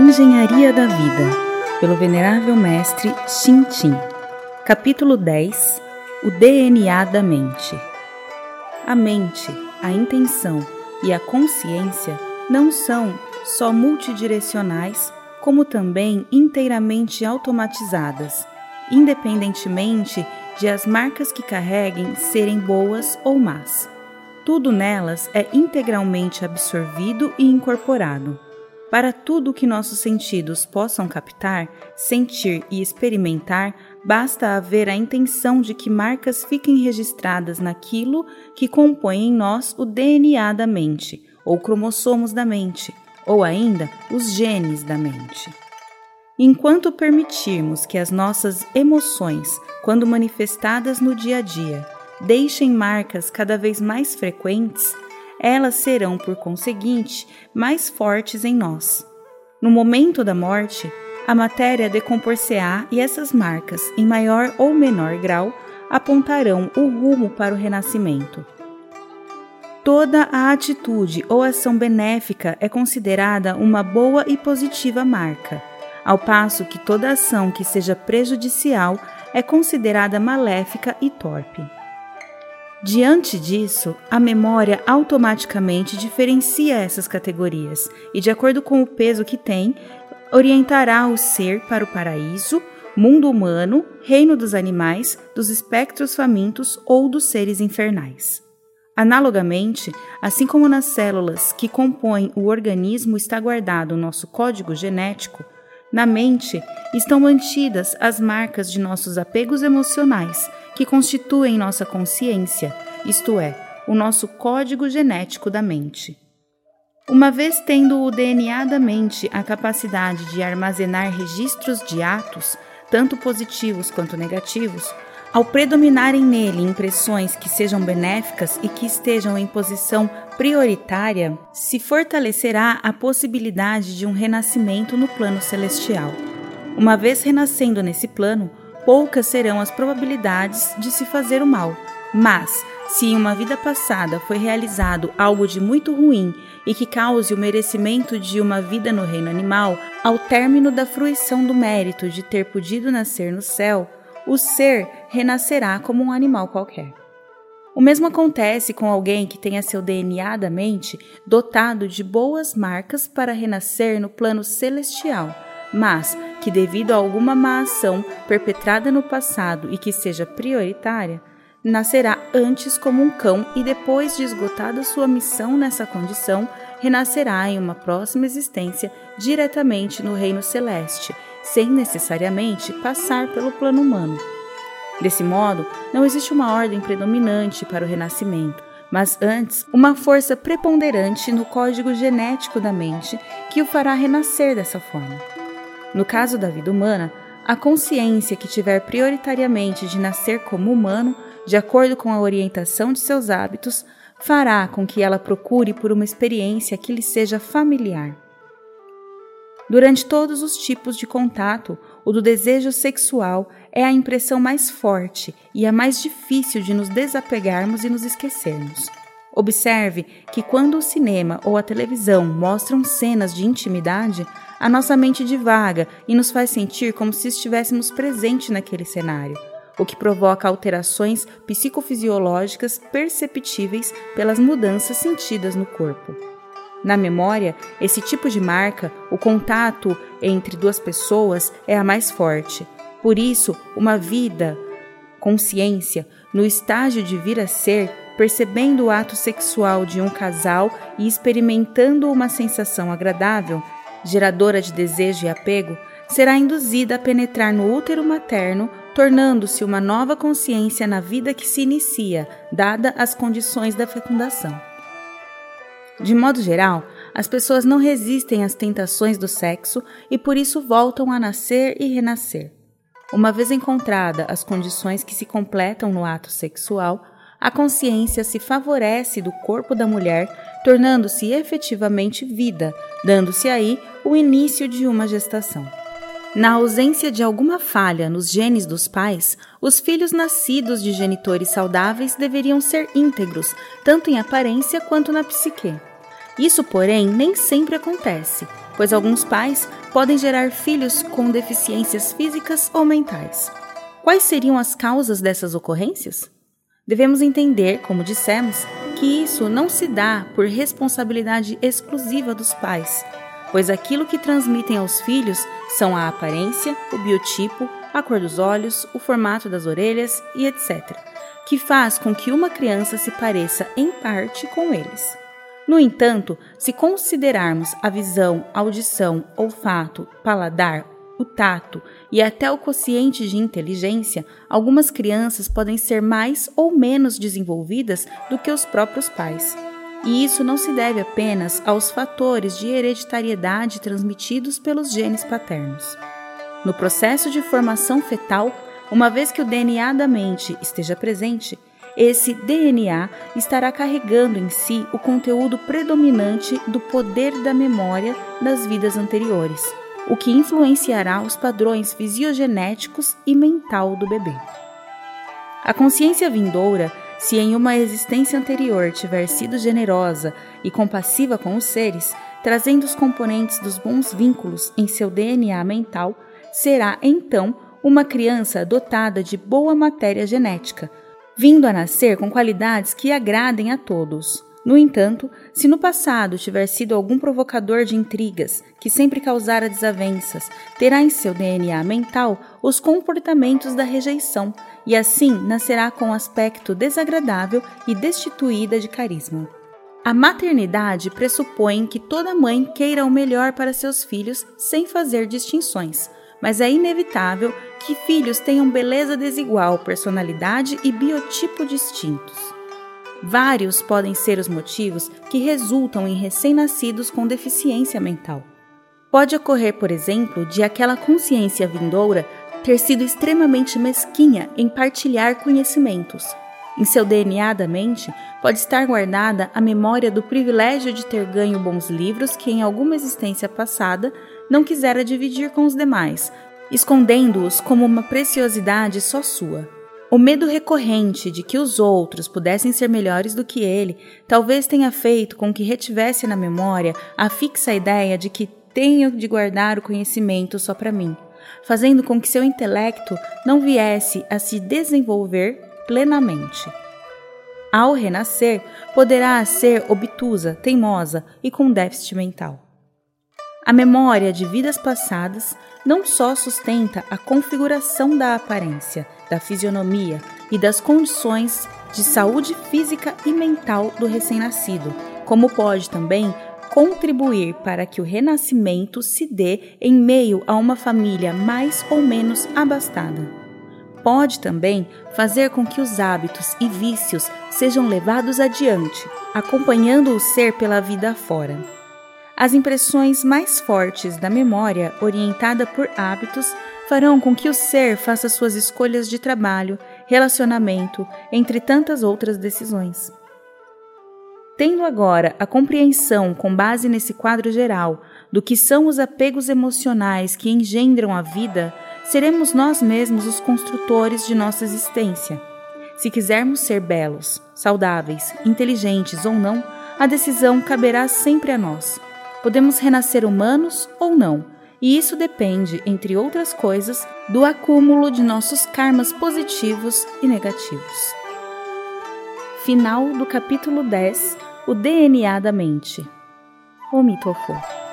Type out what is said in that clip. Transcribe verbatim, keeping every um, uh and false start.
Engenharia da Vida, pelo Venerável Mestre Shin Chin. Capítulo dez. O D N A da Mente. A mente, a intenção e a consciência não são só multidirecionais, como também inteiramente automatizadas, independentemente de as marcas que carreguem serem boas ou más. Tudo nelas é integralmente absorvido e incorporado. Para tudo que nossos sentidos possam captar, sentir e experimentar, basta haver a intenção de que marcas fiquem registradas naquilo que compõe em nós o D N A da mente, ou cromossomos da mente, ou ainda os genes da mente. Enquanto permitirmos que as nossas emoções, quando manifestadas no dia a dia, deixem marcas cada vez mais frequentes, elas serão, por conseguinte, mais fortes em nós. No momento da morte, a matéria decompor-se-á e essas marcas, em maior ou menor grau, apontarão o rumo para o renascimento. Toda a atitude ou ação benéfica é considerada uma boa e positiva marca, ao passo que toda ação que seja prejudicial é considerada maléfica e torpe. Diante disso, a memória automaticamente diferencia essas categorias e, de acordo com o peso que tem, orientará o ser para o paraíso, mundo humano, reino dos animais, dos espectros famintos ou dos seres infernais. Analogamente, assim como nas células que compõem o organismo está guardado o nosso código genético, na mente estão mantidas as marcas de nossos apegos emocionais, que constituem nossa consciência, isto é, o nosso código genético da mente. Uma vez tendo o D N A da mente a capacidade de armazenar registros de atos, tanto positivos quanto negativos, ao predominarem nele impressões que sejam benéficas e que estejam em posição prioritária, se fortalecerá a possibilidade de um renascimento no plano celestial. Uma vez renascendo nesse plano, poucas serão as probabilidades de se fazer o mal, mas, se em uma vida passada foi realizado algo de muito ruim e que cause o merecimento de uma vida no reino animal, ao término da fruição do mérito de ter podido nascer no céu, o ser renascerá como um animal qualquer. O mesmo acontece com alguém que tenha seu D N A da mente dotado de boas marcas para renascer no plano celestial, mas que, devido a alguma má ação perpetrada no passado e que seja prioritária, nascerá antes como um cão e, depois de esgotada sua missão nessa condição, renascerá em uma próxima existência diretamente no reino celeste, sem necessariamente passar pelo plano humano. Desse modo, não existe uma ordem predominante para o renascimento, mas antes uma força preponderante no código genético da mente que o fará renascer dessa forma. No caso da vida humana, a consciência que tiver prioritariamente de nascer como humano, de acordo com a orientação de seus hábitos, fará com que ela procure por uma experiência que lhe seja familiar. Durante todos os tipos de contato, o do desejo sexual é a impressão mais forte e a mais difícil de nos desapegarmos e nos esquecermos. Observe que quando o cinema ou a televisão mostram cenas de intimidade, a nossa mente divaga e nos faz sentir como se estivéssemos presentes naquele cenário, o que provoca alterações psicofisiológicas perceptíveis pelas mudanças sentidas no corpo. Na memória, esse tipo de marca, o contato entre duas pessoas, é a mais forte. Por isso, uma vida, consciência, no estágio de vir a ser, percebendo o ato sexual de um casal e experimentando uma sensação agradável, geradora de desejo e apego, será induzida a penetrar no útero materno, tornando-se uma nova consciência na vida que se inicia, dada as condições da fecundação. De modo geral, as pessoas não resistem às tentações do sexo e por isso voltam a nascer e renascer. Uma vez encontrada as condições que se completam no ato sexual, a consciência se favorece do corpo da mulher, tornando-se efetivamente vida, dando-se aí o início de uma gestação. Na ausência de alguma falha nos genes dos pais, os filhos nascidos de genitores saudáveis deveriam ser íntegros, tanto em aparência quanto na psique. Isso, porém, nem sempre acontece, pois alguns pais podem gerar filhos com deficiências físicas ou mentais. Quais seriam as causas dessas ocorrências? Devemos entender, como dissemos, que isso não se dá por responsabilidade exclusiva dos pais, pois aquilo que transmitem aos filhos são a aparência, o biotipo, a cor dos olhos, o formato das orelhas e etcétera, que faz com que uma criança se pareça em parte com eles. No entanto, se considerarmos a visão, audição, olfato, paladar, o tato e até o quociente de inteligência, algumas crianças podem ser mais ou menos desenvolvidas do que os próprios pais. E isso não se deve apenas aos fatores de hereditariedade transmitidos pelos genes paternos. No processo de formação fetal, uma vez que o D N A da mente esteja presente, esse D N A estará carregando em si o conteúdo predominante do poder da memória das vidas anteriores, o que influenciará os padrões fisiogenéticos e mental do bebê. A consciência vindoura, se em uma existência anterior tiver sido generosa e compassiva com os seres, trazendo os componentes dos bons vínculos em seu D N A mental, será então uma criança dotada de boa matéria genética, vindo a nascer com qualidades que agradem a todos. No entanto, se no passado tiver sido algum provocador de intrigas, que sempre causara desavenças, terá em seu D N A mental os comportamentos da rejeição e assim nascerá com aspecto desagradável e destituída de carisma. A maternidade pressupõe que toda mãe queira o melhor para seus filhos sem fazer distinções, mas é inevitável que filhos tenham beleza desigual, personalidade e biotipo distintos. Vários podem ser os motivos que resultam em recém-nascidos com deficiência mental. Pode ocorrer, por exemplo, de aquela consciência vindoura ter sido extremamente mesquinha em partilhar conhecimentos. Em seu D N A da mente pode estar guardada a memória do privilégio de ter ganho bons livros que em alguma existência passada não quisera dividir com os demais, escondendo-os como uma preciosidade só sua. O medo recorrente de que os outros pudessem ser melhores do que ele talvez tenha feito com que retivesse na memória a fixa ideia de que tenho de guardar o conhecimento só para mim, fazendo com que seu intelecto não viesse a se desenvolver plenamente. Ao renascer, poderá ser obtusa, teimosa e com déficit mental. A memória de vidas passadas não só sustenta a configuração da aparência, da fisionomia e das condições de saúde física e mental do recém-nascido, como pode também contribuir para que o renascimento se dê em meio a uma família mais ou menos abastada. Pode também fazer com que os hábitos e vícios sejam levados adiante, acompanhando o ser pela vida afora. As impressões mais fortes da memória, orientada por hábitos, farão com que o ser faça suas escolhas de trabalho, relacionamento, entre tantas outras decisões. Tendo agora a compreensão com base nesse quadro geral do que são os apegos emocionais que engendram a vida, seremos nós mesmos os construtores de nossa existência. Se quisermos ser belos, saudáveis, inteligentes ou não, a decisão caberá sempre a nós. Podemos renascer humanos ou não, e isso depende, entre outras coisas, do acúmulo de nossos karmas positivos e negativos. Final do capítulo dez, o D N A da mente. Omitofo.